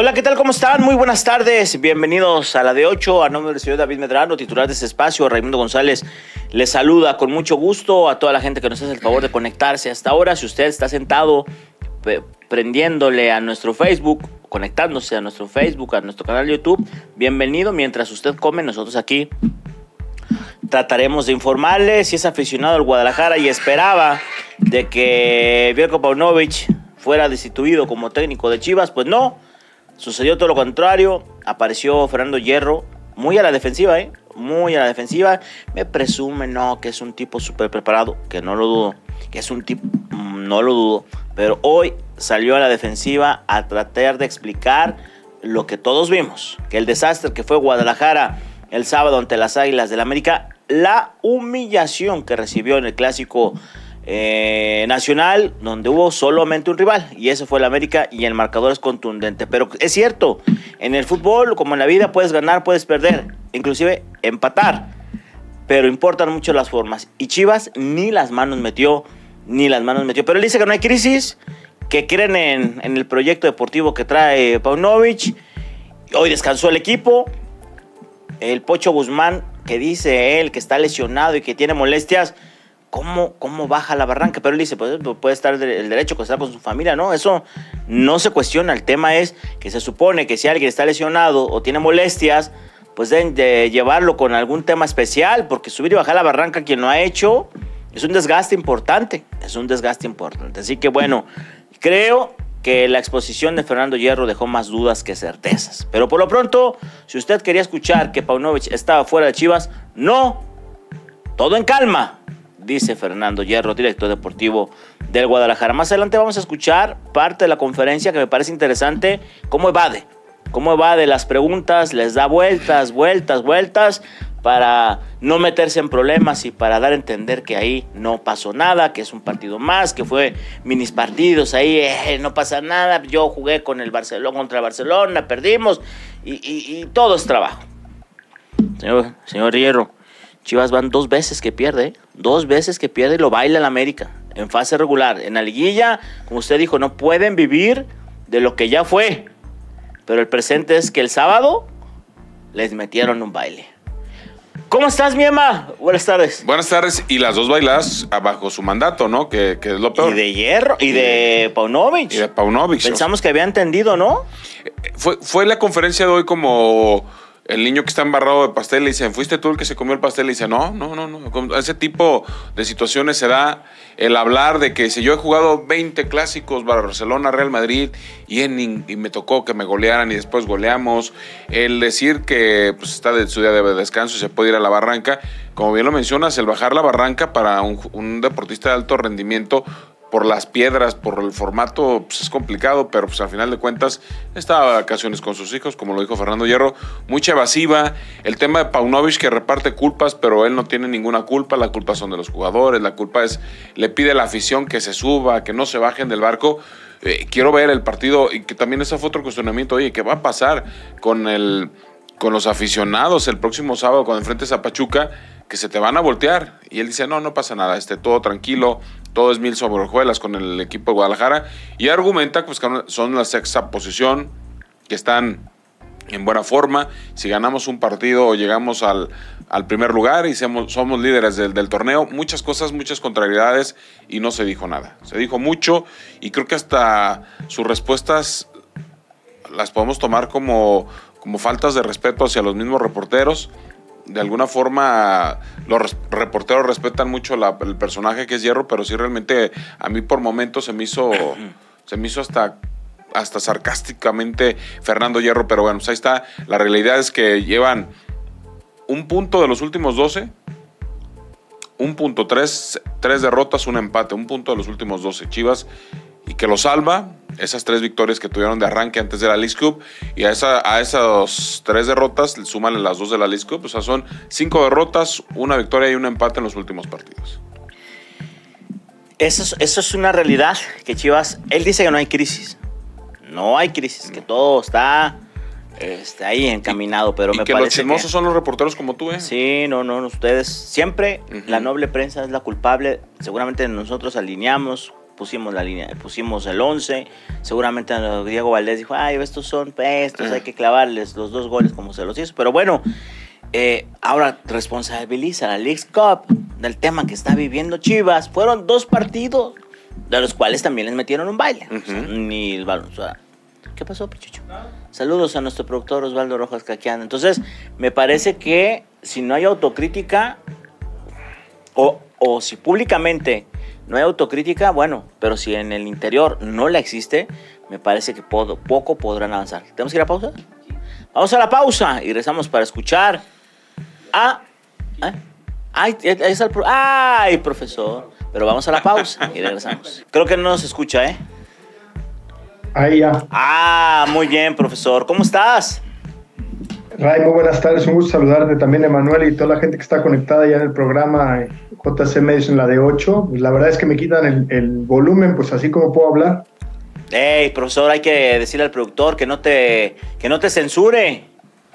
Hola, ¿qué tal? ¿Cómo están? Muy buenas tardes. Bienvenidos a la de 8. A nombre del señor David Medrano, titular de este espacio, Raimundo González les saluda con mucho gusto a toda la gente que nos hace el favor de conectarse hasta ahora. Si usted está sentado prendiéndole a nuestro Facebook, conectándose a nuestro Facebook, a nuestro canal de YouTube, bienvenido. Mientras usted come, nosotros aquí trataremos de informarle. Si es aficionado al Guadalajara y esperaba de que Veljko Paunovic fuera destituido como técnico de Chivas, pues no. Sucedió todo lo contrario. Apareció Fernando Hierro, muy a la defensiva, muy a la defensiva. Me presume, que es un tipo súper preparado, que no lo dudo, que es un tipo, no lo dudo. Pero hoy salió a la defensiva a tratar de explicar lo que todos vimos, que el desastre que fue Guadalajara el sábado ante las Águilas del América, la humillación que recibió en el Clásico Nacional, donde hubo solamente un rival, y ese fue el América, y el marcador es contundente. Pero es cierto, en el fútbol, como en la vida, puedes ganar, puedes perder, inclusive empatar, pero importan mucho las formas, y Chivas ni las manos metió. Pero él dice que no hay crisis, que creen en el proyecto deportivo que trae Paunovic. Hoy descansó el equipo. El Pocho Guzmán, que dice él que está lesionado y que tiene molestias, ¿cómo baja la barranca? Pero él dice, pues puede estar el derecho a estar con su familia, ¿no? Eso no se cuestiona. El tema es que se supone que si alguien está lesionado o tiene molestias, pues deben de llevarlo con algún tema especial, porque subir y bajar la barranca, quien lo ha hecho, es un desgaste importante. Así que bueno, creo que la exposición de Fernando Hierro dejó más dudas que certezas. Pero por lo pronto, si usted quería escuchar que Paunovic estaba fuera de Chivas, no, todo en calma, dice Fernando Hierro, director deportivo del Guadalajara. Más adelante vamos a escuchar parte de la conferencia que me parece interesante, cómo evade las preguntas, les da vueltas para no meterse en problemas y para dar a entender que ahí no pasó nada, que es un partido más, que fue minis partidos, ahí no pasa nada, yo jugué con el Barcelona contra Barcelona, perdimos y todo es trabajo. Señor Hierro, Chivas van dos veces que pierde y lo baila el América en fase regular. En la liguilla, como usted dijo, no pueden vivir de lo que ya fue, pero el presente es que el sábado les metieron un baile. ¿Cómo estás, mi Emma? Buenas tardes. Buenas tardes, y las dos bailadas bajo su mandato, ¿no? Que es lo peor. Y de Hierro, y de Paunovic. Pensamos que había entendido, ¿no? Fue la conferencia de hoy como el niño que está embarrado de pastel, le dicen, ¿fuiste tú el que se comió el pastel? Le dice, no. Ese tipo de situaciones se da el hablar de que si yo he jugado 20 clásicos, Barcelona, Real Madrid, y me tocó que me golearan y después goleamos. El decir que pues, está de su día de descanso y se puede ir a la barranca. Como bien lo mencionas, el bajar la barranca para un deportista de alto rendimiento, por las piedras, por el formato, pues es complicado, pero pues al final de cuentas estaba de vacaciones con sus hijos, como lo dijo Fernando Hierro, mucha evasiva. El tema de Paunovic, que reparte culpas, pero él no tiene ninguna culpa, la culpa son de los jugadores, la culpa es, le pide a la afición que se suba, que no se bajen del barco. Quiero ver el partido, y que también ese fue otro cuestionamiento, oye, ¿qué va a pasar con los aficionados el próximo sábado cuando enfrentes a Pachuca? Que se te van a voltear. Y él dice, no pasa nada, todo tranquilo, todo es mil sobre hojuelas con el equipo de Guadalajara. Y argumenta pues, que son la sexta posición, que están en buena forma. Si ganamos un partido o llegamos al primer lugar y somos líderes del torneo, muchas cosas, muchas contrariedades, y no se dijo nada. Se dijo mucho, y creo que hasta sus respuestas las podemos tomar como faltas de respeto hacia los mismos reporteros. De alguna forma los reporteros respetan mucho el personaje que es Hierro, pero sí realmente a mí por momentos se me hizo hasta sarcásticamente Fernando Hierro. Pero bueno, pues ahí está. La realidad es que llevan un punto de los últimos 12, un punto, tres derrotas, un empate, un punto de los últimos 12 Chivas, y que lo salva esas 3 victorias que tuvieron de arranque antes de la Leagues Cup, y a esas 3 derrotas súmale las 2 de la Leagues Cup, o sea, son 5 derrotas, una victoria y un empate en los últimos partidos. Eso es una realidad que Chivas, él dice que no hay crisis, que todo está ahí encaminado, pero me parece que los chismosos son los reporteros como tú, ¿eh? Sí, no, ustedes siempre, la noble prensa es la culpable, seguramente nosotros alineamos pusimos la línea, pusimos el 11. Seguramente Diego Valdés dijo, ay, estos son estos, hay que clavarles los 2 goles como se los hizo. Pero bueno, ahora responsabiliza a la Leagues Cup del tema que está viviendo Chivas. Fueron 2 partidos, de los cuales también les metieron un baile. O sea, ni el balón. O sea, ¿qué pasó, Pichucho? Saludos a nuestro productor Osvaldo Rojas Caquiano. Entonces, me parece que si no hay autocrítica, o si públicamente no hay autocrítica, bueno, pero si en el interior no la existe, me parece que poco podrán avanzar. ¿Tenemos que ir a pausa? Vamos a la pausa y regresamos para escuchar ¡Ay, profesor! Pero vamos a la pausa y regresamos. Creo que no nos escucha, ¿eh? Ahí ya. Muy bien, profesor. ¿Cómo estás? Ray, muy buenas tardes. Un gusto saludarte también, Emanuel, y toda la gente que está conectada ya en el programa JC Medios en la de 8. La verdad es que me quitan el volumen, pues así como puedo hablar. Hey, profesor, hay que decirle al productor que no te censure.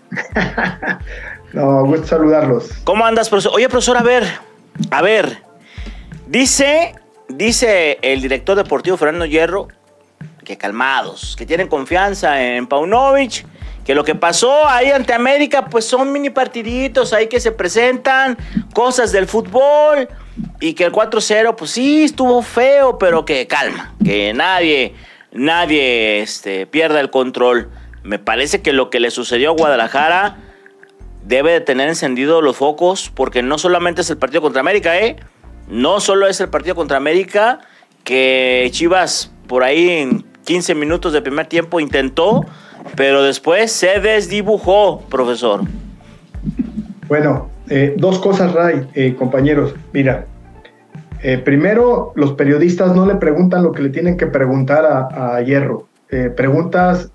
No, gusto saludarlos. ¿Cómo andas, profesor? Oye, profesor, a ver. Dice el director deportivo Fernando Hierro que calmados, que tienen confianza en Paunovic, que lo que pasó ahí ante América pues son mini partiditos ahí que se presentan, cosas del fútbol, y que el 4-0 pues sí estuvo feo, pero que calma, que nadie pierda el control. Me parece que lo que le sucedió a Guadalajara debe de tener encendidos los focos, porque no solamente es el partido contra América, no solo es el partido contra América, que Chivas por ahí en 15 minutos de primer tiempo intentó, pero después se desdibujó, profesor. Bueno, 2 cosas, Ray, compañeros. Mira, primero, los periodistas no le preguntan lo que le tienen que preguntar a Hierro. Preguntas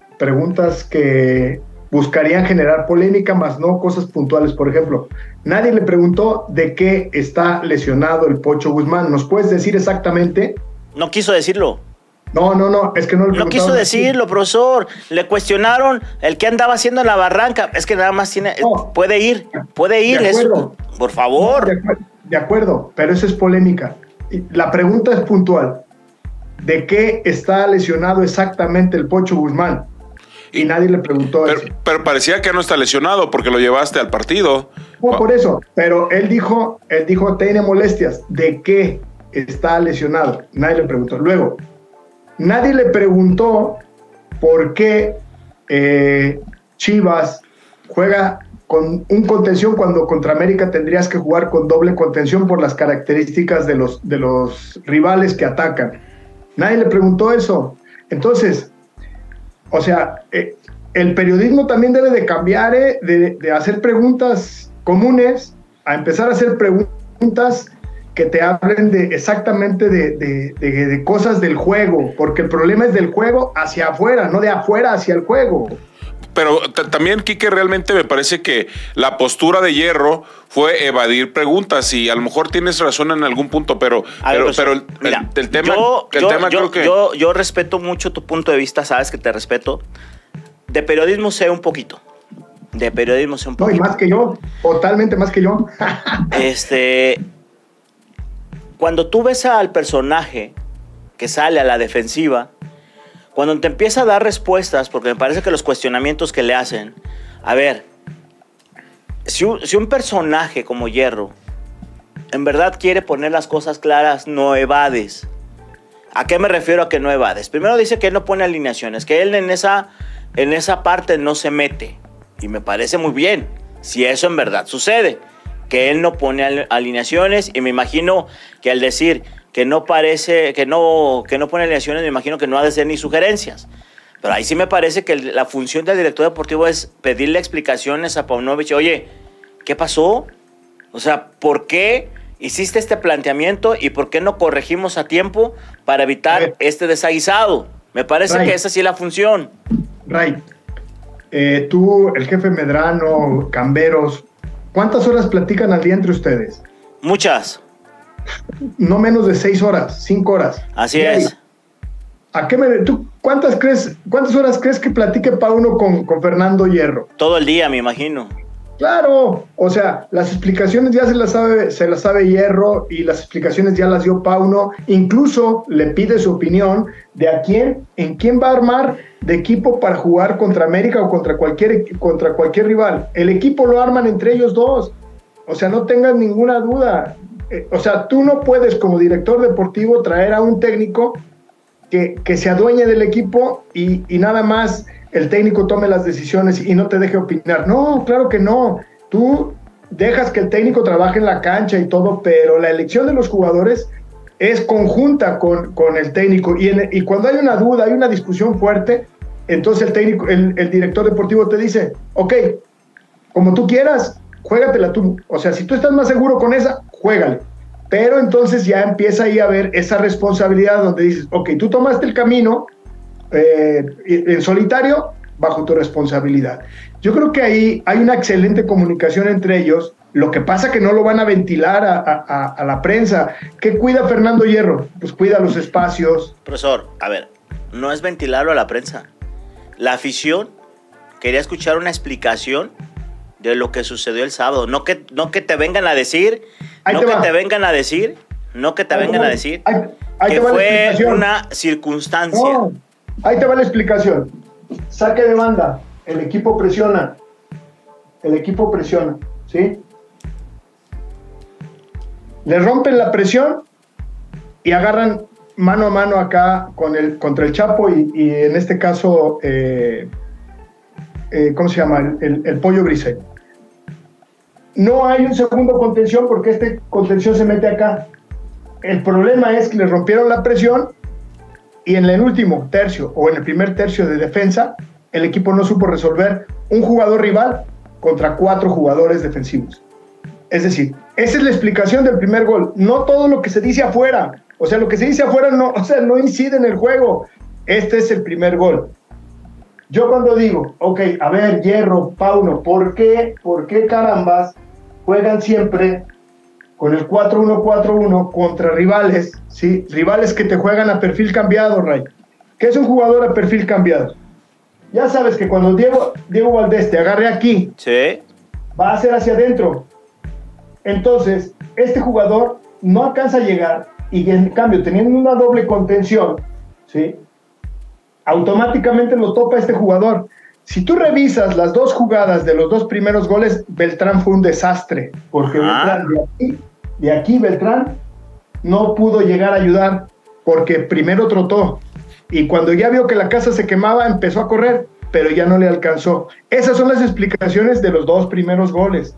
que buscarían generar polémica, más no cosas puntuales. Por ejemplo, nadie le preguntó de qué está lesionado el Pocho Guzmán. ¿Nos puedes decir exactamente? No quiso decirlo. No, es que no le preguntaron. No quiso decirlo, profesor. Le cuestionaron el que andaba haciendo en la barranca. Es que nada más tiene... No, puede ir. Eso, por favor. No, de acuerdo, pero eso es polémica. La pregunta es puntual. ¿De qué está lesionado exactamente el Pocho Guzmán? Y nadie le preguntó eso. Pero parecía que no está lesionado porque lo llevaste al partido. No, por eso. Pero él dijo, tiene molestias. ¿De qué está lesionado? Nadie le preguntó. Luego, nadie le preguntó por qué Chivas juega con un contención cuando contra América tendrías que jugar con doble contención por las características de los rivales que atacan. Nadie le preguntó eso. Entonces, o sea, el periodismo también debe de cambiar, de hacer preguntas comunes a empezar a hacer preguntas que te hablen exactamente de cosas del juego, porque el problema es del juego hacia afuera, no de afuera hacia el juego. Pero también, Quique, realmente me parece que la postura de Hierro fue evadir preguntas, y a lo mejor tienes razón en algún punto, pero el tema creo que... Yo respeto mucho tu punto de vista, sabes que te respeto. De periodismo sé un poquito. No, y más que yo, totalmente más que yo. Cuando tú ves al personaje que sale a la defensiva, cuando te empieza a dar respuestas, porque me parece que los cuestionamientos que le hacen, a ver, si un personaje como Hierro en verdad quiere poner las cosas claras, no evades. ¿A qué me refiero a que no evades? Primero dice que él no pone alineaciones, que él en esa parte no se mete, y me parece muy bien, si eso en verdad sucede, que él no pone alineaciones, y me imagino que al decir que no pone alineaciones, me imagino que no ha de ser ni sugerencias. Pero ahí sí me parece que la función del director deportivo es pedirle explicaciones a Paunovic. Oye, ¿qué pasó? O sea, ¿por qué hiciste este planteamiento y por qué no corregimos a tiempo para evitar este desaguisado? Me parece que esa sí es la función. Ray, tú, el jefe Medrano, Camberos, ¿cuántas horas platican al día entre ustedes? Muchas. No menos de 6 horas, 5 horas. Así es. ¿Tú cuántas horas crees que platique Pauno con Fernando Hierro? Todo el día, me imagino. Claro, o sea, las explicaciones ya se las sabe Hierro y las explicaciones ya las dio Pauno. Incluso le pide su opinión de en quién va a armar de equipo para jugar contra América o contra cualquier rival. El equipo lo arman entre ellos dos. O sea, no tengas ninguna duda. O sea, tú no puedes como director deportivo traer a un técnico que se adueñe del equipo y nada más el técnico tome las decisiones y no te deje opinar. No, claro que no. Tú dejas que el técnico trabaje en la cancha y todo, pero la elección de los jugadores es conjunta con el técnico. Y cuando hay una duda, hay una discusión fuerte, entonces el director deportivo te dice, ok, como tú quieras, juégatela tú. O sea, si tú estás más seguro con esa, juégale. Pero entonces ya empieza ahí a haber esa responsabilidad donde dices, ok, tú tomaste el camino en solitario, bajo tu responsabilidad. Yo creo que ahí hay una excelente comunicación entre ellos. Lo que pasa que no lo van a ventilar a la prensa. ¿Qué cuida Fernando Hierro? Pues cuida los espacios. Profesor, a ver, no es ventilarlo a la prensa. La afición quería escuchar una explicación de lo que sucedió el sábado. No que te vengan a decir, que fue una circunstancia. No. Ahí te va la explicación. Saque de banda. El equipo presiona, ¿sí? Le rompen la presión y agarran mano a mano acá contra el Chapo y en este caso, ¿cómo se llama? El Pollo Briseño. No hay un segundo contención porque este contención se mete acá. El problema es que le rompieron la presión y en el último tercio o en el primer tercio de defensa, el equipo no supo resolver un jugador rival contra 4 jugadores defensivos. Es decir, esa es la explicación del primer gol. No todo lo que se dice afuera. O sea, lo que se dice afuera no incide en el juego. Este es el primer gol. Yo cuando digo, ok, a ver, Hierro, Pauno, ¿por qué carambas juegan siempre con el 4-1-4-1 contra rivales, ¿sí? Rivales que te juegan a perfil cambiado, Ray? ¿Qué es un jugador a perfil cambiado? Ya sabes que cuando Diego Valdés te agarre aquí, sí, va a ser hacia adentro. Entonces, este jugador no alcanza a llegar y en cambio, teniendo una doble contención, ¿sí? Automáticamente lo topa este jugador. Si tú revisas las dos jugadas de los dos primeros goles, Beltrán fue un desastre, porque Beltrán de aquí Beltrán no pudo llegar a ayudar, porque primero trotó, y cuando ya vio que la casa se quemaba, empezó a correr, pero ya no le alcanzó. Esas son las explicaciones de los dos primeros goles,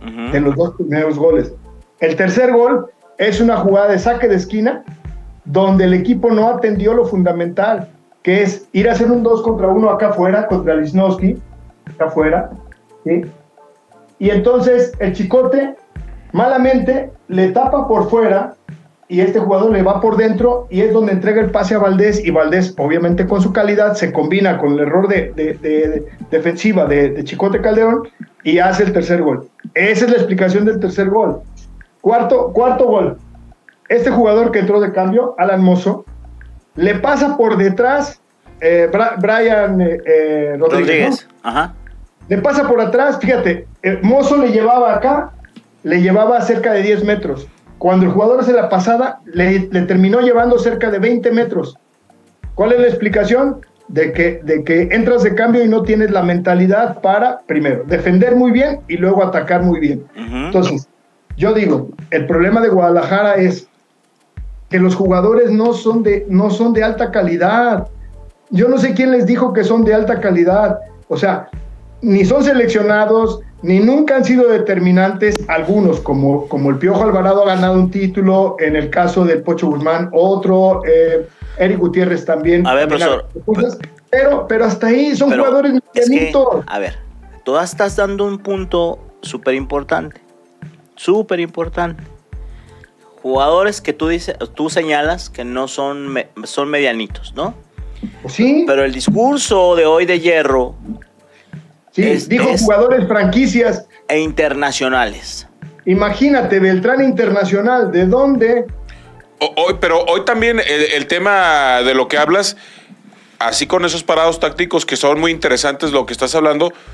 El tercer gol es una jugada de saque de esquina, donde el equipo no atendió lo fundamental, que es ir a hacer un 2 contra 1 acá afuera, contra Lichnowsky, acá afuera, ¿sí? Y entonces el Chicote malamente le tapa por fuera y este jugador le va por dentro y es donde entrega el pase a Valdés, y Valdés, obviamente con su calidad, se combina con el error de defensiva de Chicote Calderón y hace el tercer gol. Esa es la explicación del tercer gol. Cuarto gol. Este jugador que entró de cambio, Alan Mozo, le pasa por detrás Brian Rodríguez, ¿no? Ajá. Le pasa por atrás, fíjate, Mozo le llevaba cerca de 10 metros. Cuando el jugador hace la pasada, le terminó llevando cerca de 20 metros. ¿Cuál es la explicación? De que entras de cambio y no tienes la mentalidad para, primero, defender muy bien y luego atacar muy bien. Uh-huh. Entonces, yo digo, el problema de Guadalajara es que los jugadores no son de alta calidad. Yo no sé quién les dijo que son de alta calidad. O sea, ni son seleccionados, ni nunca han sido determinantes. Algunos, como el Piojo Alvarado, ha ganado un título. En el caso del Pocho Guzmán, otro. Eric Gutiérrez también. A ver, profesor. Pero hasta ahí son jugadores medianitos. A ver, tú estás dando un punto súper importante. Súper importante. Jugadores que tú señalas que no son medianitos, ¿no? Sí. Pero el discurso de hoy de Hierro. Sí, dijo jugadores franquicias. E internacionales. Imagínate, Beltrán internacional, ¿de dónde? Pero hoy también el tema de lo que hablas, así con esos parados tácticos que son muy interesantes, lo que estás hablando,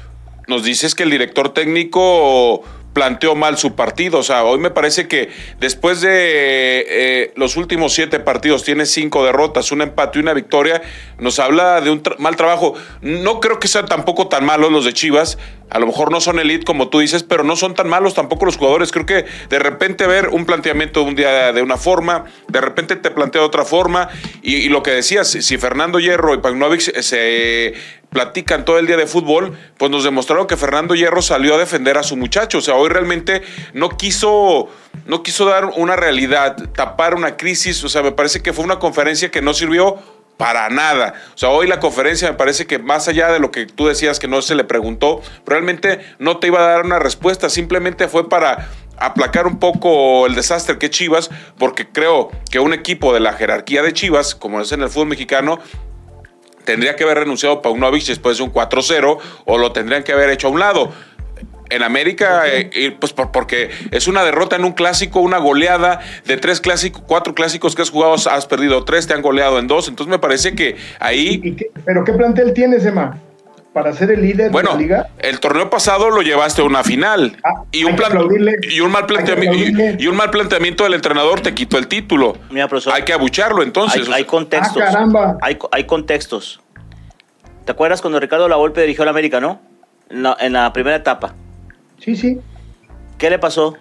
nos dices que el director técnico planteó mal su partido. O sea, hoy me parece que después de los últimos 7 partidos tiene 5 derrotas, un empate y una victoria. Nos habla de un mal trabajo. No creo que sean tampoco tan malos los de Chivas. A lo mejor no son elite como tú dices, pero no son tan malos tampoco los jugadores. Creo que de repente ver un planteamiento un día de una forma, de repente te plantea de otra forma. Y lo que decías, si Fernando Hierro y Paunovic se platican todo el día de fútbol, pues nos demostraron que Fernando Hierro salió a defender a su muchacho. O sea, hoy realmente no quiso dar una realidad, tapar una crisis. O sea, me parece que fue una conferencia que no sirvió para nada. O sea, hoy la conferencia me parece que más allá de lo que tú decías que no se le preguntó, realmente no te iba a dar una respuesta, simplemente fue para aplacar un poco el desastre que es Chivas, porque creo que un equipo de la jerarquía de Chivas, como es en el fútbol mexicano, tendría que haber renunciado a Paunovic después de un 4-0 o lo tendrían que haber hecho a un lado. En América, pues porque es una derrota en un clásico, una goleada de 4 clásicos que has jugado, has perdido 3, te han goleado en 2. Entonces me parece que ahí... ¿Pero qué plantel tienes, Emma? ¿Para ser el líder de la liga? El torneo pasado lo llevaste a una final. Y un mal planteamiento del entrenador te quitó el título. Mira, profesor, hay que abucharlo entonces. Hay contextos. Caramba. Hay contextos. ¿Te acuerdas cuando Ricardo Lavolpe dirigió a la América, no? En la primera etapa. Sí. ¿Qué le pasó?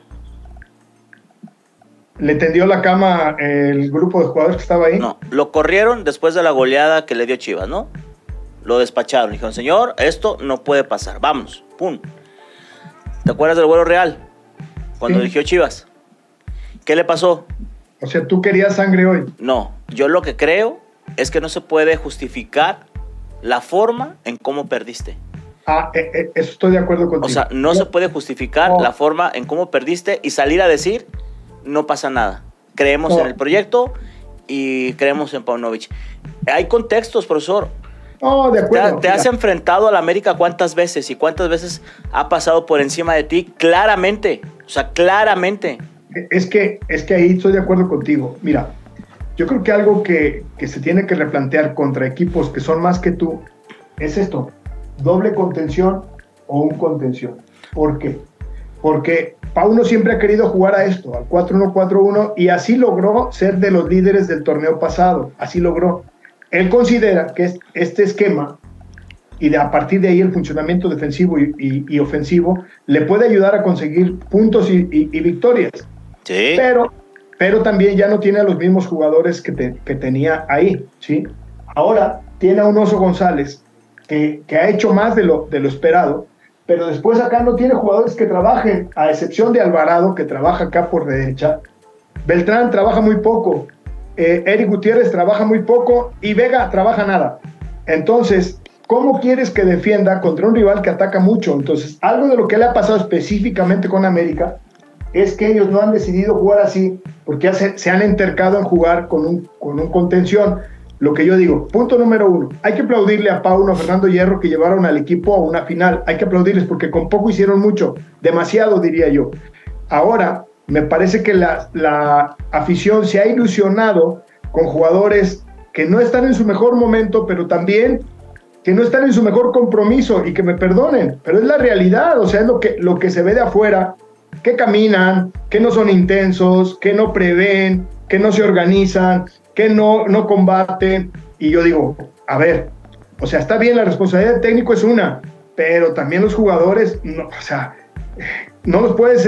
¿Le tendió la cama el grupo de jugadores que estaba ahí? No, lo corrieron después de la goleada que le dio Chivas, ¿no? Lo despacharon. Dijeron, señor, esto no puede pasar. Vamos, pum. ¿Te acuerdas del Güero Real? Cuando dirigió Chivas. ¿Qué le pasó? O sea, ¿tú querías sangre hoy? No, yo lo que creo es que no se puede justificar la forma en cómo perdiste. Eso estoy de acuerdo contigo. O sea, no se puede justificar la forma en cómo perdiste y salir a decir, no pasa nada. Creemos en el proyecto y creemos en Paunovic. Hay contextos, profesor. No, de acuerdo. ¿Te has enfrentado a la América cuántas veces? ¿Y cuántas veces ha pasado por encima de ti? Claramente. O sea, claramente. Es que ahí estoy de acuerdo contigo. Mira, yo creo que algo que se tiene que replantear contra equipos que son más que tú es esto. ¿Doble contención o un contención? ¿Por qué? Porque Pauno siempre ha querido jugar a esto, al 4-1-4-1, y así logró ser de los líderes del torneo pasado. Así logró. Él considera que este esquema y a partir de ahí el funcionamiento defensivo y ofensivo le puede ayudar a conseguir puntos y victorias. Sí. Pero también ya no tiene a los mismos jugadores que tenía ahí, ¿sí? Ahora tiene a un Oso González que ha hecho más de lo esperado, pero después acá no tiene jugadores que trabajen, a excepción de Alvarado, que trabaja acá por derecha. Beltrán trabaja muy poco, Eric Gutiérrez trabaja muy poco y Vega trabaja nada. Entonces, ¿cómo quieres que defienda contra un rival que ataca mucho? Entonces, algo de lo que le ha pasado específicamente con América es que ellos no han decidido jugar así, porque se han entercado en jugar con un contención. Lo que yo digo, punto número 1, hay que aplaudirle a Pauno, a Fernando Hierro, que llevaron al equipo a una final. Hay que aplaudirles porque con poco hicieron mucho, demasiado diría yo. Ahora, me parece que la afición se ha ilusionado con jugadores que no están en su mejor momento, pero también que no están en su mejor compromiso, y que me perdonen, pero es la realidad. O sea, es lo que se ve de afuera, que caminan, que no son intensos, que no prevén, que no se organizan, que no combaten. Y yo digo, a ver, o sea, está bien, la responsabilidad del técnico es una, pero también los jugadores, no, o sea, no los puedes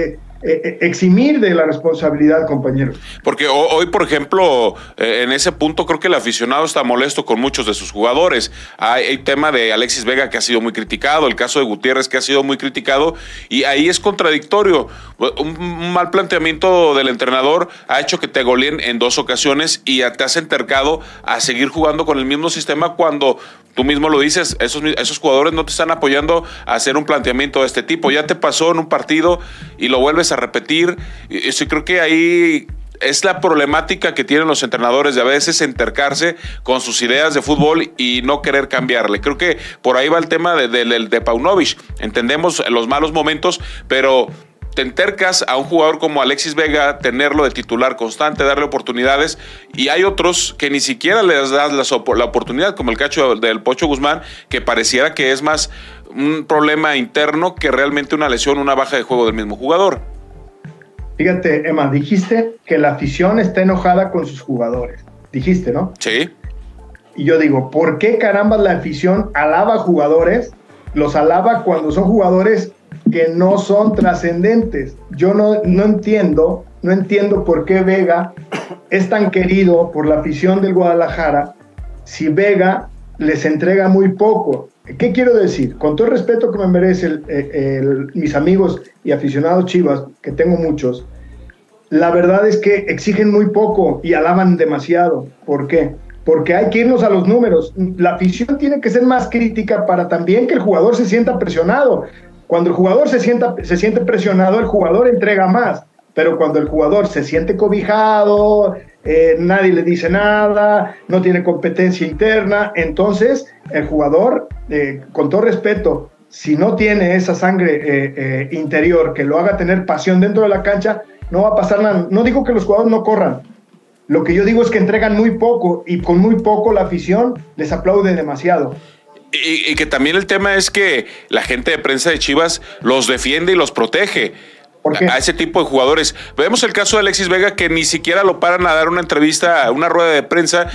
eximir de la responsabilidad, compañeros. Porque hoy, por ejemplo, en ese punto creo que el aficionado está molesto con muchos de sus jugadores. Hay tema de Alexis Vega, que ha sido muy criticado, el caso de Gutiérrez, que ha sido muy criticado, y ahí es contradictorio. Un mal planteamiento del entrenador ha hecho que te goleen en 2 ocasiones y te has entercado a seguir jugando con el mismo sistema cuando tú mismo lo dices, esos jugadores no te están apoyando a hacer un planteamiento de este tipo. Ya te pasó en un partido y lo vuelves a repetir. Y creo que ahí es la problemática que tienen los entrenadores de a veces entercarse con sus ideas de fútbol y no querer cambiarle. Creo que por ahí va el tema de Paunovic. Entendemos los malos momentos, pero te entercas a un jugador como Alexis Vega, tenerlo de titular constante, darle oportunidades, y hay otros que ni siquiera les das la oportunidad, como el caso del Pocho Guzmán, que pareciera que es más un problema interno que realmente una lesión, una baja de juego del mismo jugador. Fíjate, Emma, dijiste que la afición está enojada con sus jugadores. Dijiste, ¿no? Sí. Y yo digo, ¿por qué caramba la afición alaba a jugadores? Los alaba cuando son jugadores que no son trascendentes. Yo no entiendo por qué Vega es tan querido por la afición del Guadalajara si Vega les entrega muy poco. ¿Qué quiero decir? Con todo el respeto que me merecen mis amigos y aficionados Chivas, que tengo muchos, la verdad es que exigen muy poco y alaban demasiado. ¿Por qué? Porque hay que irnos a los números. La afición tiene que ser más crítica para también que el jugador se sienta presionado. Cuando el jugador se siente presionado, el jugador entrega más. Pero cuando el jugador se siente cobijado, nadie le dice nada, no tiene competencia interna, entonces el jugador, con todo respeto, si no tiene esa sangre interior que lo haga tener pasión dentro de la cancha, no va a pasar nada. No digo que los jugadores no corran. Lo que yo digo es que entregan muy poco y con muy poco la afición les aplaude demasiado. Y que también el tema es que la gente de prensa de Chivas los defiende y los protege. A ese tipo de jugadores. Vemos el caso de Alexis Vega, que ni siquiera lo paran a dar una entrevista, una rueda de prensa,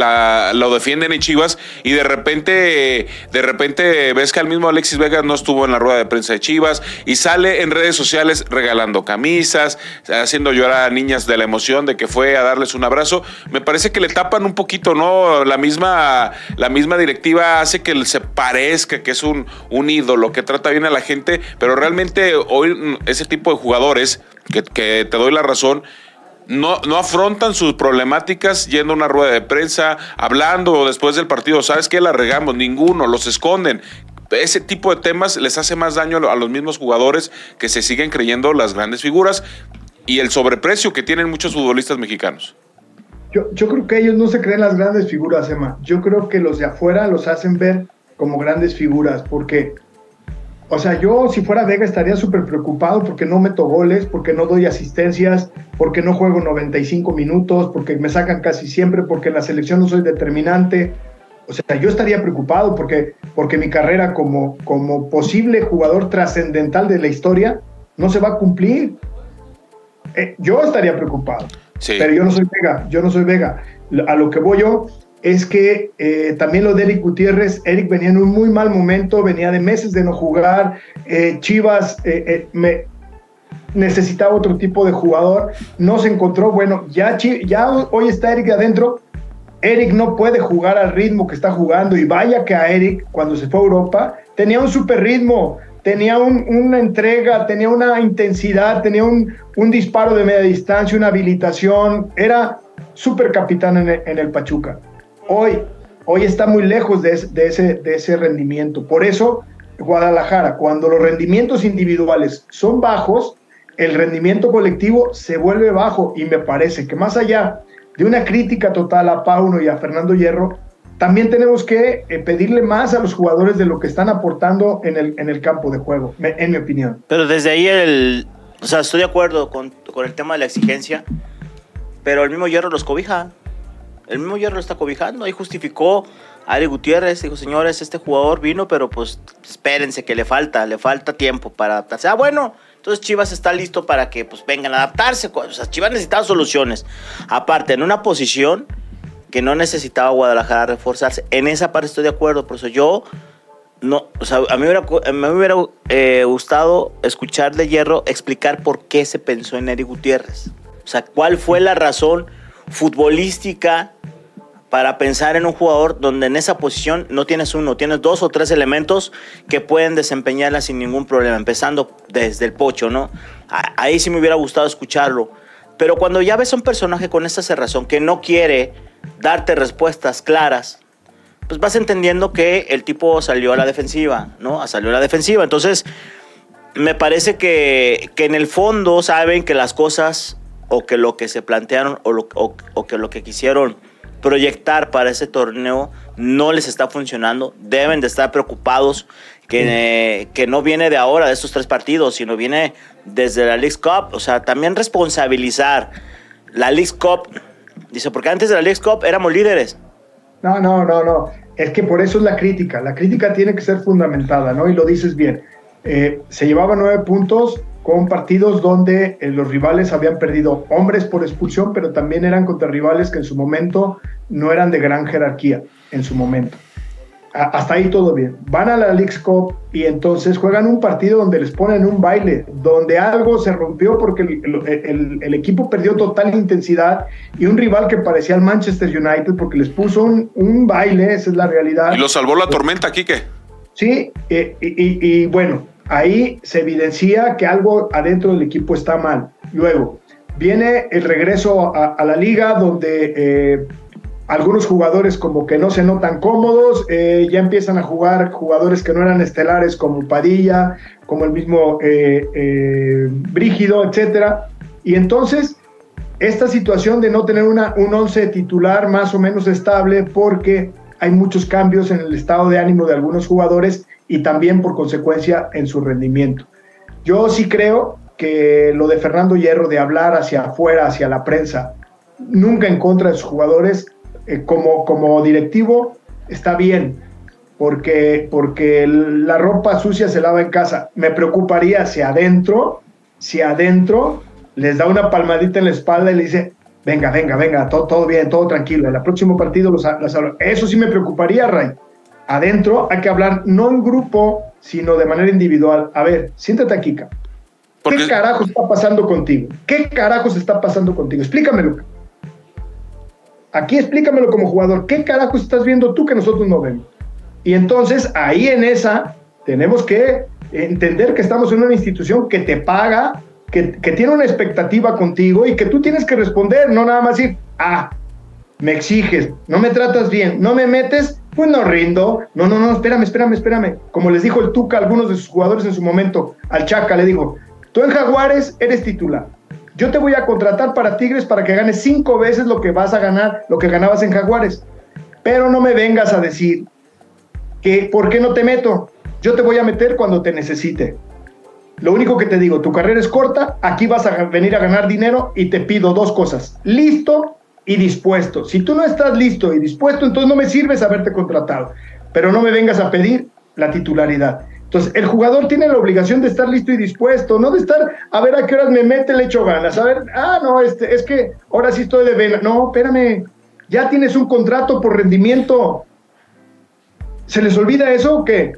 lo defienden en Chivas, y de repente ves que al mismo Alexis Vega no estuvo en la rueda de prensa de Chivas y sale en redes sociales regalando camisas, haciendo llorar a niñas de la emoción de que fue a darles un abrazo. Me parece que le tapan un poquito, ¿no? La misma directiva hace que se parezca que es un ídolo, que trata bien a la gente, pero realmente hoy ese tipo de jugadores, que te doy la razón, no afrontan sus problemáticas yendo a una rueda de prensa, hablando después del partido. ¿Sabes qué? La regamos. Ninguno, los esconden. Ese tipo de temas les hace más daño a los mismos jugadores que se siguen creyendo las grandes figuras y el sobreprecio que tienen muchos futbolistas mexicanos. Yo creo que ellos no se creen las grandes figuras, Emma. Yo creo que los de afuera los hacen ver como grandes figuras, porque... O sea, yo si fuera Vega estaría súper preocupado porque no meto goles, porque no doy asistencias, porque no juego 95 minutos, porque me sacan casi siempre, porque en la selección no soy determinante. O sea, yo estaría preocupado porque mi carrera como posible jugador trascendental de la historia no se va a cumplir. Yo estaría preocupado, sí. Pero yo no soy Vega. A lo que voy yo es que también lo de Eric Gutiérrez, Eric venía en un muy mal momento, venía de meses de no jugar, Chivas necesitaba otro tipo de jugador, no se encontró, bueno, ya hoy está Eric adentro, Eric no puede jugar al ritmo que está jugando, y vaya que a Eric, cuando se fue a Europa, tenía un super ritmo, tenía una entrega, tenía una intensidad, tenía un disparo de media distancia, una habilitación, era súper capitán en el Pachuca. Hoy está muy lejos de ese rendimiento. Por eso, Guadalajara, cuando los rendimientos individuales son bajos, el rendimiento colectivo se vuelve bajo, y me parece que más allá de una crítica total a Pauno y a Fernando Hierro, también tenemos que pedirle más a los jugadores de lo que están aportando en el campo de juego, en mi opinión. Pero desde ahí estoy de acuerdo con el tema de la exigencia, pero el mismo Hierro los cobija. El mismo Hierro lo está cobijando. Ahí justificó a Eric Gutiérrez. Dijo, señores, este jugador vino, pero pues espérense que le falta tiempo para adaptarse. Bueno, entonces Chivas está listo para que pues vengan a adaptarse. O sea, Chivas necesitaba soluciones. Aparte, en una posición que no necesitaba Guadalajara reforzarse. En esa parte estoy de acuerdo. Por eso a mí me hubiera gustado escuchar de Hierro explicar por qué se pensó en Eric Gutiérrez. O sea, cuál fue la razón futbolística para pensar en un jugador donde en esa posición no tienes uno, tienes dos o tres elementos que pueden desempeñarla sin ningún problema, empezando desde el Pocho, ¿no? Ahí sí me hubiera gustado escucharlo. Pero cuando ya ves a un personaje con esta cerrazón que no quiere darte respuestas claras, pues vas entendiendo que el tipo salió a la defensiva, ¿no? Salió a la defensiva. Entonces, me parece que en el fondo saben que las cosas, o que lo que se plantearon, o que lo que quisieron proyectar para ese torneo no les está funcionando. Deben de estar preocupados que no viene de ahora, de estos 3 partidos, sino viene desde la Leagues Cup. O sea, también responsabilizar la Leagues Cup. Dice, porque antes de la Leagues Cup éramos líderes. No. Es que por eso es la crítica tiene que ser fundamentada, ¿no? Y lo dices bien. Se llevaba 9 puntos con partidos donde los rivales habían perdido hombres por expulsión, pero también eran contra rivales que en su momento no eran de gran jerarquía, en su momento. Hasta ahí todo bien. Van a la Leagues Cup y entonces juegan un partido donde les ponen un baile, donde algo se rompió porque el equipo perdió total intensidad y un rival que parecía el Manchester United porque les puso un baile, esa es la realidad. Y lo salvó la tormenta, Quique. Sí, y bueno, ahí se evidencia que algo adentro del equipo está mal. Luego, viene el regreso a la liga donde algunos jugadores como que no se notan cómodos, ya empiezan a jugar jugadores que no eran estelares como Padilla, como el mismo Brígido, etcétera. Y entonces, esta situación de no tener un once titular más o menos estable porque hay muchos cambios en el estado de ánimo de algunos jugadores y también por consecuencia en su rendimiento. Yo sí creo que lo de Fernando Hierro de hablar hacia afuera, hacia la prensa, nunca en contra de sus jugadores, como directivo está bien, porque la ropa sucia se lava en casa. Me preocuparía si adentro les da una palmadita en la espalda y le dice, venga, todo bien, todo tranquilo, en el próximo partido las hablo. Eso sí me preocuparía, Ray. Adentro hay que hablar no en grupo, sino de manera individual. A ver, siéntate aquí, Kika. ¿Qué carajos está pasando contigo? Explícamelo. Aquí explícamelo como jugador. ¿Qué carajos estás viendo tú que nosotros no vemos? Y entonces, ahí en esa, tenemos que entender que estamos en una institución que te paga, que tiene una expectativa contigo y que tú tienes que responder, no nada más decir, me exiges, no me tratas bien, no me metes, pues no rindo. No, espérame. Como les dijo el Tuca a algunos de sus jugadores en su momento, al Chaca le dijo, tú en Jaguares eres titular. Yo te voy a contratar para Tigres para que ganes 5 veces lo que vas a ganar, lo que ganabas en Jaguares. Pero no me vengas a decir que ¿por qué no te meto? Yo te voy a meter cuando te necesite. Lo único que te digo, tu carrera es corta, aquí vas a venir a ganar dinero y te pido 2 cosas, listo y dispuesto. Si tú no estás listo y dispuesto, entonces no me sirves haberte contratado. Pero no me vengas a pedir la titularidad. Entonces, el jugador tiene la obligación de estar listo y dispuesto, no de estar, a ver a qué horas me mete, le echo ganas, a ver, no, es que ahora sí estoy de vena. No, espérame, ya tienes un contrato por rendimiento. ¿Se les olvida eso o qué?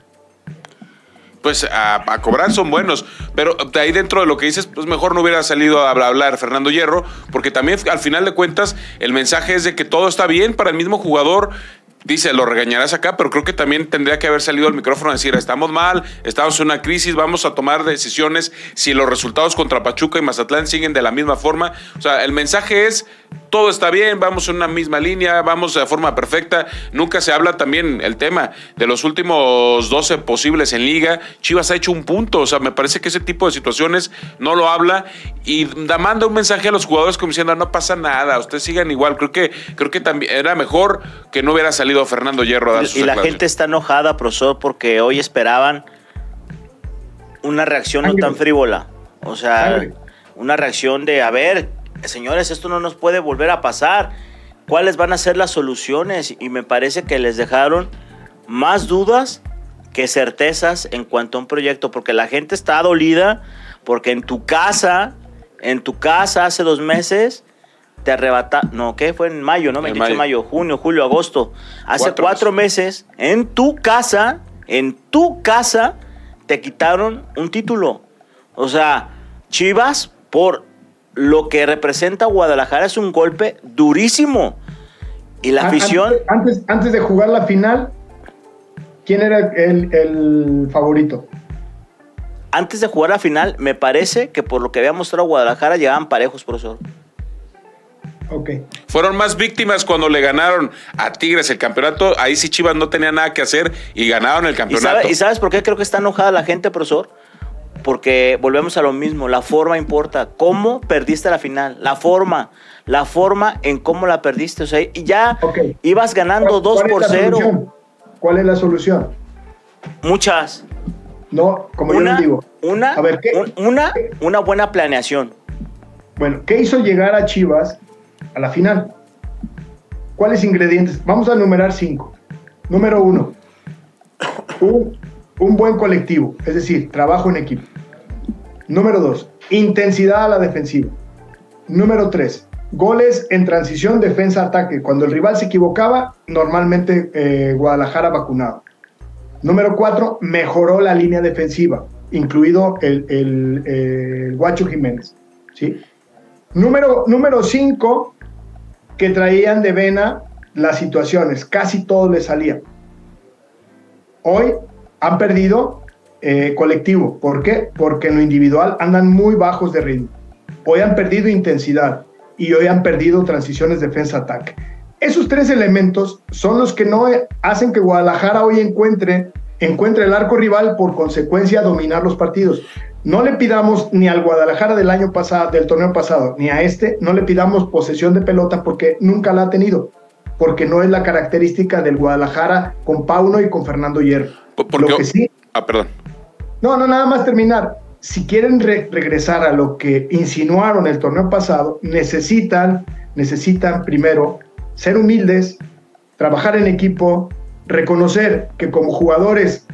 Pues a cobrar son buenos, pero de ahí dentro de lo que dices, pues mejor no hubiera salido a hablar Fernando Hierro, porque también al final de cuentas el mensaje es de que todo está bien para el mismo jugador. Dice, lo regañarás acá, pero creo que también tendría que haber salido al micrófono a decir, estamos mal, estamos en una crisis, vamos a tomar decisiones si los resultados contra Pachuca y Mazatlán siguen de la misma forma. O sea, el mensaje es, todo está bien, vamos en una misma línea, vamos de forma perfecta. Nunca se habla también el tema de los últimos 12 posibles en liga. Chivas ha hecho un punto, o sea, me parece que ese tipo de situaciones no lo habla y manda un mensaje a los jugadores como diciendo, no pasa nada, ustedes sigan igual. Creo que también era mejor que no hubiera salido Fernando Hierro a dar sus declaraciones. Y la gente está enojada, profesor, porque hoy esperaban una reacción no tan frívola. O sea, una reacción de, a ver, señores, esto no nos puede volver a pasar. ¿Cuáles van a ser las soluciones? Y me parece que les dejaron más dudas que certezas en cuanto a un proyecto, porque la gente está dolida, porque en tu casa hace 2 meses te arrebataron, no, ¿qué fue? En mayo, ¿no? 28 de mayo, junio, julio, agosto. Hace 4 meses, en tu casa, te quitaron un título. O sea, Chivas, por lo que representa Guadalajara, es un golpe durísimo. Y la afición... Antes de jugar la final, ¿quién era el favorito? Antes de jugar la final, me parece que por lo que había mostrado Guadalajara, llegaban parejos, profesor. Okay. Fueron más víctimas cuando le ganaron a Tigres el campeonato. Ahí sí Chivas no tenía nada que hacer y ganaron el campeonato. ¿Y sabes por qué creo que está enojada la gente, profesor? Porque volvemos a lo mismo, la forma importa. ¿Cómo perdiste la final? La forma en cómo la perdiste. O sea, y ya ibas ganando 2-0. ¿Cuál es la solución? Muchas. No, como yo les digo. Una buena planeación. Bueno, ¿qué hizo llegar a Chivas a la final? ¿Cuáles ingredientes? Vamos a enumerar 5. Número 1, un buen colectivo, es decir, trabajo en equipo. Número 2, intensidad a la defensiva. Número 3, goles en transición, defensa-ataque. Cuando el rival se equivocaba, normalmente Guadalajara vacunaba. Número 4, mejoró la línea defensiva, incluido el Guacho Jiménez, ¿sí? Número 5, que traían de vena las situaciones, casi todo les salía. Hoy han perdido colectivo. ¿Por qué? Porque en lo individual andan muy bajos de ritmo. Hoy han perdido intensidad y hoy han perdido transiciones defensa-ataque. Esos 3 elementos son los que no hacen que Guadalajara hoy encuentre el arco rival, por consecuencia dominar los partidos. No le pidamos ni al Guadalajara del año pasado, del torneo pasado, ni a no le pidamos posesión de pelota, porque nunca la ha tenido, porque no es la característica del Guadalajara con Pauno y con Fernando Hierro. Lo que sí, perdón. No, nada más terminar. Si quieren regresar a lo que insinuaron el torneo pasado, necesitan primero ser humildes, trabajar en equipo, reconocer que como jugadores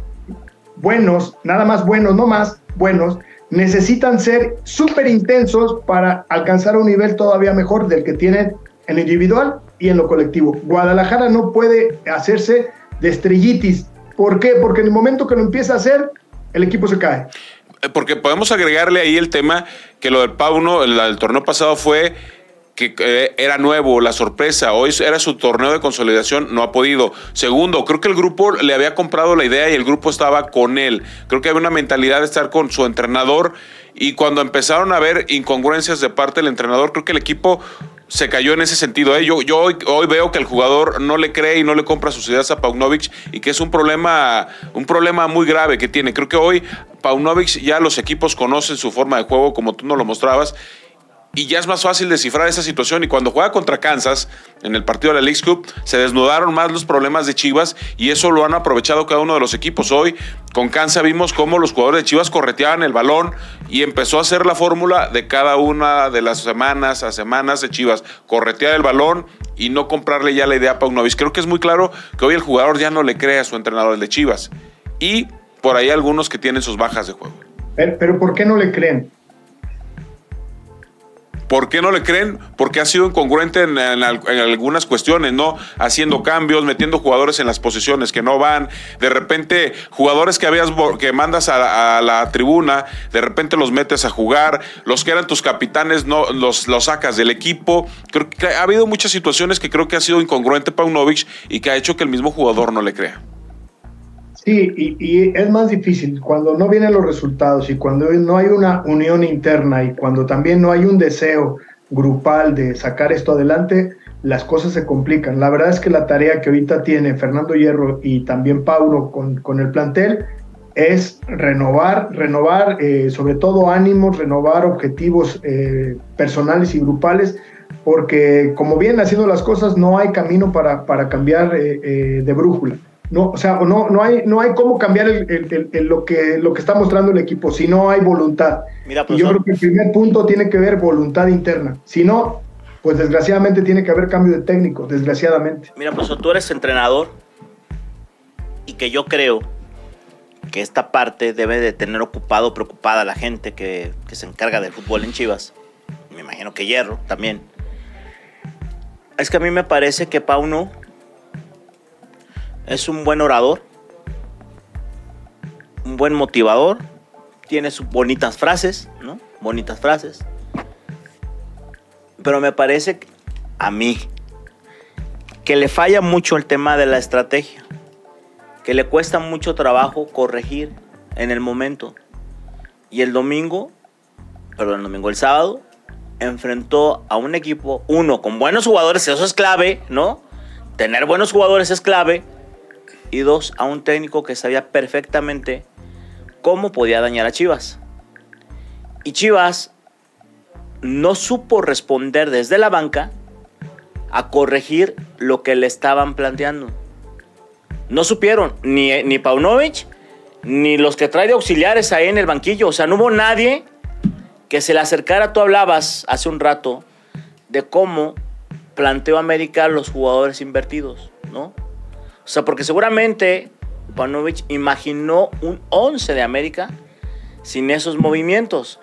buenos, nada más buenos, no más buenos, necesitan ser súper intensos para alcanzar un nivel todavía mejor del que tienen en lo individual y en lo colectivo. Guadalajara no puede hacerse de estrellitis. ¿Por qué? Porque en el momento que lo empieza a hacer, el equipo se cae. Porque podemos agregarle ahí el tema que lo del Pauno, el torneo pasado fue que era nuevo, la sorpresa. Hoy era su torneo de consolidación, no ha podido. Segundo, creo que el grupo le había comprado la idea y el grupo estaba con él. Creo que había una mentalidad de estar con su entrenador, y cuando empezaron a haber incongruencias de parte del entrenador, creo que el equipo se cayó en ese sentido. Yo hoy veo que el jugador no le cree y no le compra sus ideas a Paunovic, y que es un problema muy grave que tiene. Creo que hoy Paunovic, ya los equipos conocen su forma de juego, como tú nos lo mostrabas, y ya es más fácil descifrar esa situación. Y cuando juega contra Kansas, en el partido de la Leagues Cup, se desnudaron más los problemas de Chivas, y eso lo han aprovechado cada uno de los equipos. Hoy, con Kansas, vimos cómo los jugadores de Chivas correteaban el balón, y empezó a hacer la fórmula de cada una de las semanas a semanas de Chivas: corretear el balón y no comprarle ya la idea a Paunovic. Creo que es muy claro que hoy el jugador ya no le cree a su entrenador de Chivas, y por ahí algunos que tienen sus bajas de juego. Pero ¿por qué no le creen? ¿Por qué no le creen? Porque ha sido incongruente en algunas cuestiones, ¿no? Haciendo cambios, metiendo jugadores en las posiciones que no van. De repente, jugadores que mandas a la tribuna, de repente los metes a jugar. Los que eran tus capitanes, no los sacas del equipo. Creo que ha habido muchas situaciones que creo que ha sido incongruente Paunovic, y que ha hecho que el mismo jugador no le crea. Sí, y es más difícil cuando no vienen los resultados, y cuando no hay una unión interna, y cuando también no hay un deseo grupal de sacar esto adelante, las cosas se complican. La verdad es que la tarea que ahorita tiene Fernando Hierro y también Pauno con el plantel es renovar, sobre todo ánimos, renovar objetivos personales y grupales, porque como vienen haciendo las cosas, no hay camino para cambiar de brújula. No, o sea, no hay cómo cambiar lo que está mostrando el equipo si no hay voluntad. Mira, y yo creo que el primer punto tiene que ver voluntad interna. Si no, pues desgraciadamente tiene que haber cambio de técnico, desgraciadamente. Mira, profesor, tú eres entrenador, y que yo creo que esta parte debe de tener preocupada a la gente que se encarga del fútbol en Chivas. Me imagino que Hierro también. Es que a mí me parece que Pauno es un buen orador, un buen motivador, tiene sus bonitas frases, ¿no? Bonitas frases. Pero me parece a mí que le falla mucho el tema de la estrategia, que le cuesta mucho trabajo corregir en el momento. Y el sábado, enfrentó a un equipo, con buenos jugadores, eso es clave, ¿no? Tener buenos jugadores es clave. Y 2, a un técnico que sabía perfectamente cómo podía dañar a Chivas. Y Chivas no supo responder desde la banca a corregir lo que le estaban planteando. No supieron, ni Paunovic, ni los que trae de auxiliares ahí en el banquillo. O sea, no hubo nadie que se le acercara. Tú hablabas hace un rato de cómo planteó América los jugadores invertidos, ¿no? O sea, porque seguramente Paunovic imaginó un 11 de América sin esos movimientos.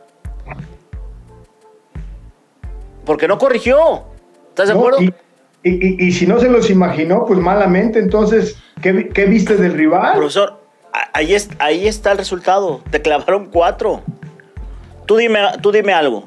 Porque no corrigió. ¿Estás de acuerdo? Y si no se los imaginó, pues malamente, entonces, ¿qué viste del rival? Profesor, ahí está el resultado. Te clavaron 4. Tú dime algo.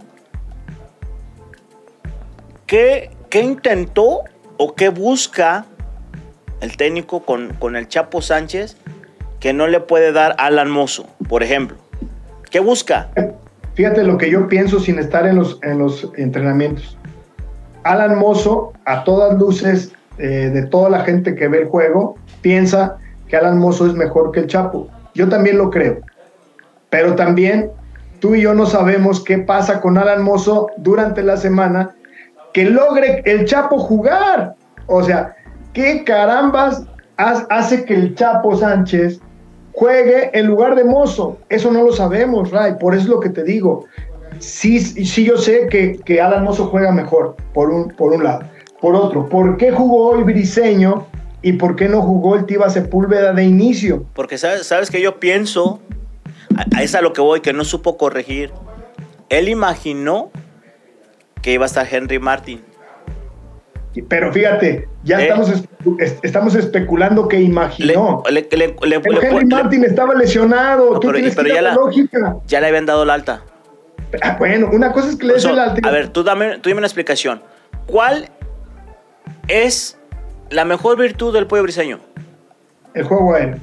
¿Qué intentó o qué busca el técnico con el Chapo Sánchez que no le puede dar Alan Mozo, por ejemplo? ¿Qué busca? Fíjate lo que yo pienso sin estar en los entrenamientos. Alan Mozo, a todas luces, de toda la gente que ve el juego, piensa que Alan Mozo es mejor que el Chapo. Yo también lo creo. Pero también tú y yo no sabemos qué pasa con Alan Mozo durante la semana que logre el Chapo jugar. O sea, ¿qué carambas hace que el Chapo Sánchez juegue en lugar de Mozo? Eso no lo sabemos, Ray, por eso es lo que te digo. Sí, yo sé que Alan Mozo juega mejor, por un lado. Por otro, ¿por qué jugó hoy Briseño y por qué no jugó el Tiva Sepúlveda de inicio? Porque sabes que yo pienso, es a lo que voy, que no supo corregir. Él imaginó que iba a estar Henry Martin. Pero fíjate, ya estamos especulando que imaginó. Pero Henry Martin estaba lesionado. No, tú tienes que ir a la lógica. Ya le habían dado el alta. Bueno, una cosa es que le des el alta. A ver, tú dime una explicación. ¿Cuál es la mejor virtud del Pollo Briseño? El juego aéreo.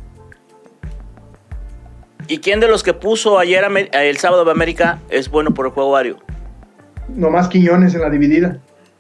¿Y quién de los que puso ayer el sábado de América es bueno por el juego aéreo? Nomás Quiñones en la dividida.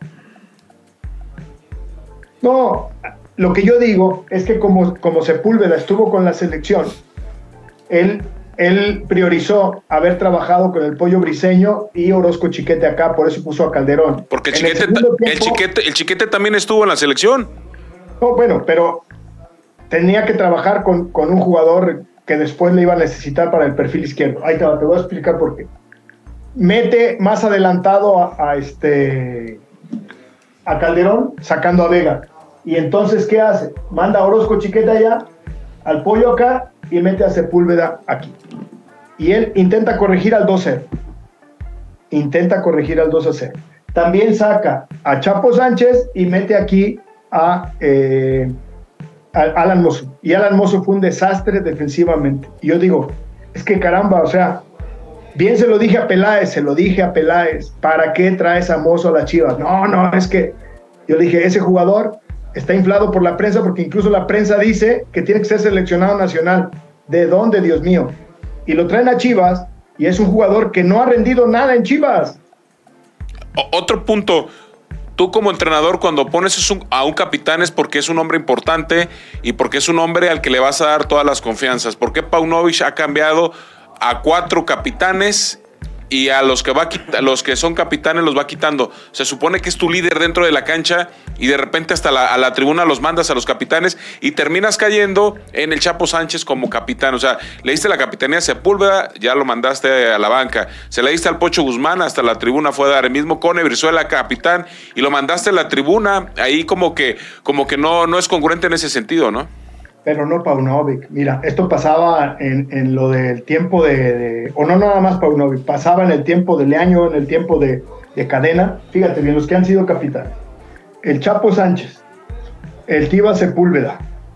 No, lo que yo digo es que como Sepúlveda estuvo con la selección, él priorizó haber trabajado con el Pollo Briseño y Orozco Chiquete acá, por eso puso a Calderón. Porque el Chiquete también estuvo en la selección. No, bueno, pero tenía que trabajar con un jugador que después le iba a necesitar para el perfil izquierdo. Ahí te voy a explicar por qué. Mete más adelantado a Calderón sacando a Vega. Y entonces, ¿qué hace? Manda a Orozco Chiquete allá, al Pollo acá y mete a Sepúlveda aquí. Y él intenta corregir al 2-0. También saca a Chapo Sánchez y mete aquí a Alan Mozo. Y Alan Mozo fue un desastre defensivamente. Y yo digo, es que caramba, o sea, bien se lo dije a Peláez, ¿para qué traes a Mozo a las Chivas? No, es que yo dije, ese jugador está inflado por la prensa, porque incluso la prensa dice que tiene que ser seleccionado nacional. ¿De dónde, Dios mío? Y lo traen a Chivas, y es un jugador que no ha rendido nada en Chivas. Otro punto, tú como entrenador, cuando pones a un capitán es porque es un hombre importante y porque es un hombre al que le vas a dar todas las confianzas. ¿Por qué Paunovic ha cambiado a 4 capitanes y a los que son capitanes los va quitando? Se supone que es tu líder dentro de la cancha y de repente hasta a la tribuna los mandas a los capitanes y terminas cayendo en el Chapo Sánchez como capitán. O sea, le diste la capitanía a Sepúlveda, ya lo mandaste a la banca. Se le diste al Pocho Guzmán, hasta la tribuna fue a dar. El mismo Cone Brizuela, capitán, y lo mandaste a la tribuna. Ahí como que no es congruente en ese sentido, ¿no? Pero no Paunovic. Mira, esto pasaba en lo del tiempo o no nada más Paunovic, pasaba en el tiempo de Leaño, en el tiempo de Cadena. Fíjate bien, los que han sido capitanes. El Chapo Sánchez, el Tiva Sepúlveda,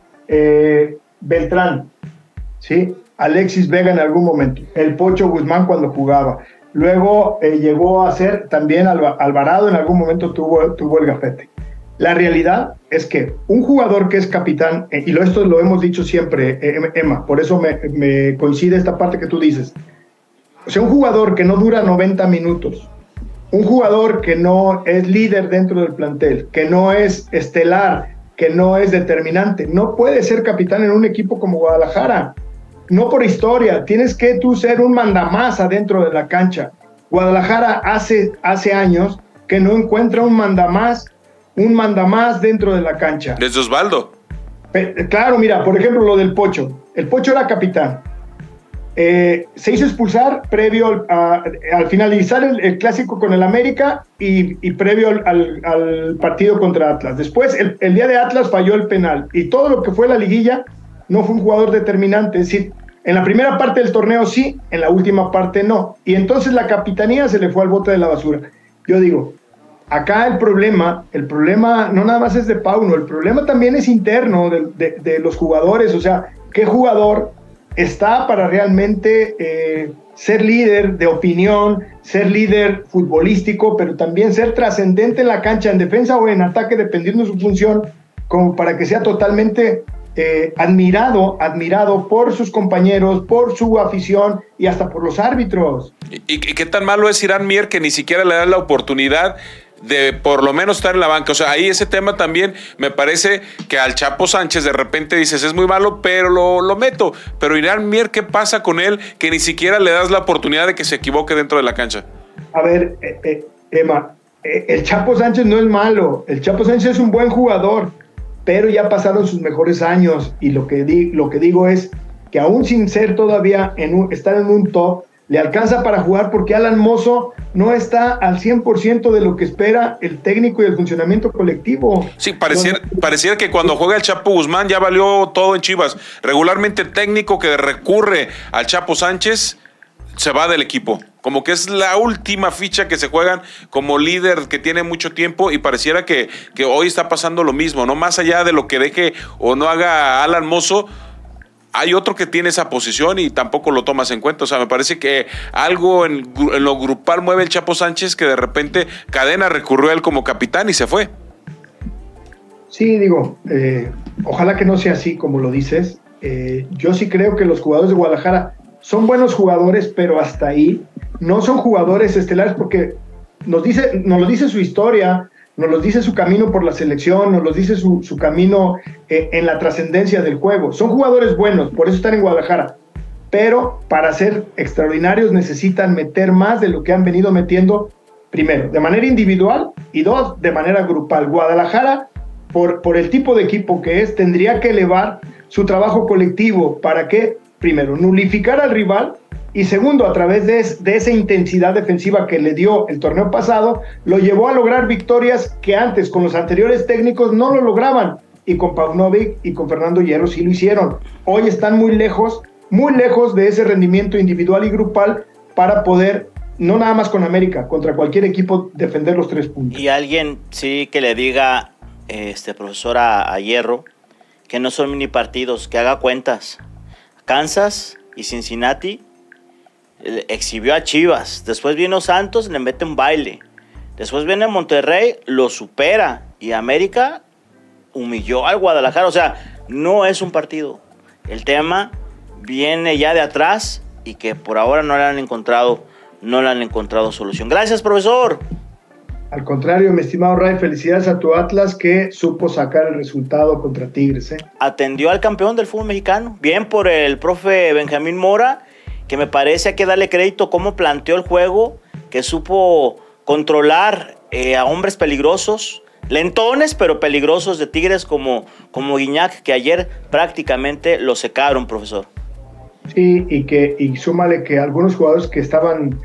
Beltrán, ¿sí? Alexis Vega en algún momento, el Pocho Guzmán cuando jugaba. Luego llegó a ser también Alvarado, en algún momento tuvo el gafete. La realidad es que un jugador que es capitán, y esto lo hemos dicho siempre, Emma, por eso me coincide esta parte que tú dices. O sea, un jugador que no dura 90 minutos, un jugador que no es líder dentro del plantel, que no es estelar, que no es determinante, no puede ser capitán en un equipo como Guadalajara. No por historia, tienes que tú ser un mandamás adentro de la cancha. Guadalajara hace años que no encuentra un mandamás dentro de la cancha. Desde Osvaldo. Claro, mira, por ejemplo, lo del Pocho. El Pocho era capitán. se hizo expulsar previo al finalizar el clásico con el América y previo al partido contra Atlas. Después, el día de Atlas falló el penal y todo lo que fue la liguilla no fue un jugador determinante. Es decir, en la primera parte del torneo sí, en la última parte no. Y entonces la capitanía se le fue al bote de la basura. Yo digo, acá el problema no nada más es de Pauno, el problema también es interno de los jugadores. O sea, ¿qué jugador está para realmente ser líder de opinión, ser líder futbolístico, pero también ser trascendente en la cancha, en defensa o en ataque, dependiendo de su función, como para que sea totalmente admirado por sus compañeros, por su afición y hasta por los árbitros? ¿Y qué tan malo es Irán Mier que ni siquiera le dan la oportunidad de por lo menos estar en la banca? O sea, ahí ese tema también me parece que al Chapo Sánchez de repente dices, es muy malo, pero lo meto. Pero Irán Mier, ¿qué pasa con él que ni siquiera le das la oportunidad de que se equivoque dentro de la cancha? A ver, Emma, el Chapo Sánchez no es malo, el Chapo Sánchez es un buen jugador, pero ya pasaron sus mejores años y lo que digo es que aún sin ser todavía estar en un top, le alcanza para jugar porque Alan Mozo no está al 100% de lo que espera el técnico y el funcionamiento colectivo. Sí, pareciera que cuando juega el Chapo Guzmán ya valió todo en Chivas. Regularmente el técnico que recurre al Chapo Sánchez se va del equipo. Como que es la última ficha que se juegan como líder que tiene mucho tiempo y pareciera que hoy está pasando lo mismo, ¿no? Más allá de lo que deje o no haga Alan Mozo, hay otro que tiene esa posición y tampoco lo tomas en cuenta. O sea, me parece que algo en lo grupal mueve el Chapo Sánchez que de repente Cadena recurrió a él como capitán y se fue. Sí, digo, ojalá que no sea así como lo dices. Yo sí creo que los jugadores de Guadalajara son buenos jugadores, pero hasta ahí no son jugadores estelares porque nos lo dice su historia, nos lo dice su camino por la selección, nos lo dice su camino en la trascendencia del juego. Son jugadores buenos, por eso están en Guadalajara, pero para ser extraordinarios necesitan meter más de lo que han venido metiendo, primero, de manera individual y dos, de manera grupal. Guadalajara, por el tipo de equipo que es, tendría que elevar su trabajo colectivo para que, primero, nulificar al rival y segundo, a través de esa intensidad defensiva que le dio el torneo pasado, lo llevó a lograr victorias que antes, con los anteriores técnicos, no lo lograban. Y con Paunovic y con Fernando Hierro sí lo hicieron. Hoy están muy lejos de ese rendimiento individual y grupal para poder, no nada más con América, contra cualquier equipo, defender los 3 puntos. Y alguien sí que le diga, profesor, a Hierro, que no son mini partidos, que haga cuentas. Kansas y Cincinnati exhibió a Chivas, después vino Santos, le mete un baile, después viene Monterrey, lo supera y América humilló al Guadalajara. O sea, no es un partido, el tema viene ya de atrás y que por ahora no le han encontrado solución. Gracias, profesor. Al contrario, mi estimado Ray, felicidades a tu Atlas que supo sacar el resultado contra Tigres. Atendió al campeón del fútbol mexicano, bien por el profe Benjamín Mora, que me parece hay que darle crédito cómo planteó el juego, que supo controlar a hombres peligrosos, lentones pero peligrosos de Tigres como Guiñac, que ayer prácticamente lo secaron, profesor. Sí, y súmale que algunos jugadores que estaban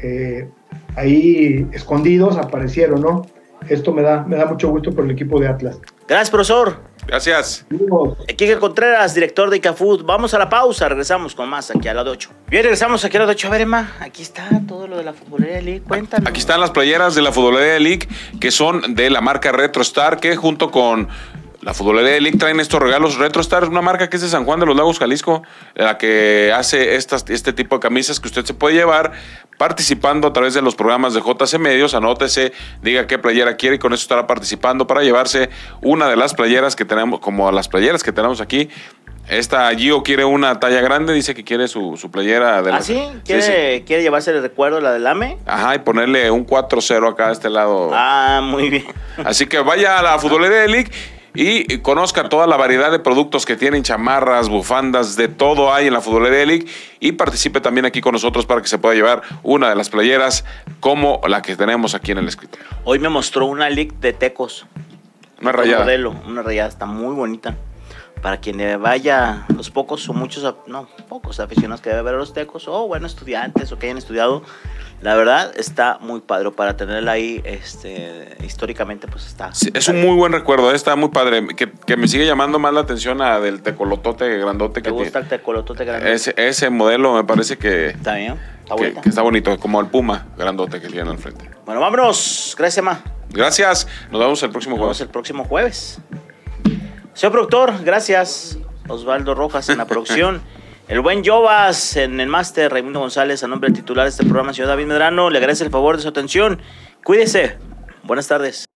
ahí escondidos aparecieron, ¿no? Esto me da mucho gusto por el equipo de Atlas. Gracias, profesor. Gracias. Kike Contreras, director de ICAFUT. Vamos a la pausa, regresamos con más aquí a la de 8. Bien, regresamos aquí a la de 8. A ver, Emma, aquí está todo lo de la Futbolería League. Cuéntanos. Aquí están las playeras de la Futbolería League, que son de la marca RetroStar, que junto con la Futbolería League traen estos regalos. RetroStar es una marca que es de San Juan de los Lagos, Jalisco, la que hace este tipo de camisas que usted se puede llevar participando a través de los programas de JC Medios. Anótese, diga qué playera quiere y con eso estará participando para llevarse una de las playeras que tenemos, como las playeras que tenemos aquí. Esta Gio quiere una talla grande, dice que quiere su playera de la... ¿Ah, sí? ¿Quiere llevarse el recuerdo, la del AME? Ajá, y ponerle un 4-0 acá a este lado. Ah, muy bien. Así que vaya a la Futbolería League y conozca toda la variedad de productos que tienen, chamarras, bufandas, de todo hay en la Futbolería League, y participe también aquí con nosotros para que se pueda llevar una de las playeras como la que tenemos aquí en el escritorio. Hoy me mostró una League de tecos. Una rayada. Modelo, una rayada, está muy bonita. para quien le vaya, los pocos o muchos, no, pocos aficionados que debe ver a los Tecos, o bueno, estudiantes o que hayan estudiado, la verdad está muy padre para tenerla ahí, históricamente pues está. Sí, es un muy buen recuerdo, está muy padre, que me sigue llamando más la atención del tecolotote grandote. ¿Te gusta el tecolotote grandote? Ese modelo me parece que está bien, que está bonito, como el Puma grandote que tiene al frente. Bueno, vámonos, gracias, Ma. Gracias, nos vemos el próximo jueves. Nos vemos el próximo jueves. Señor productor, gracias. Osvaldo Rojas en la producción. El buen Jovas en el máster. Raimundo González, a nombre del titular de este programa, señor David Medrano. Le agradece el favor de su atención. Cuídese. Buenas tardes.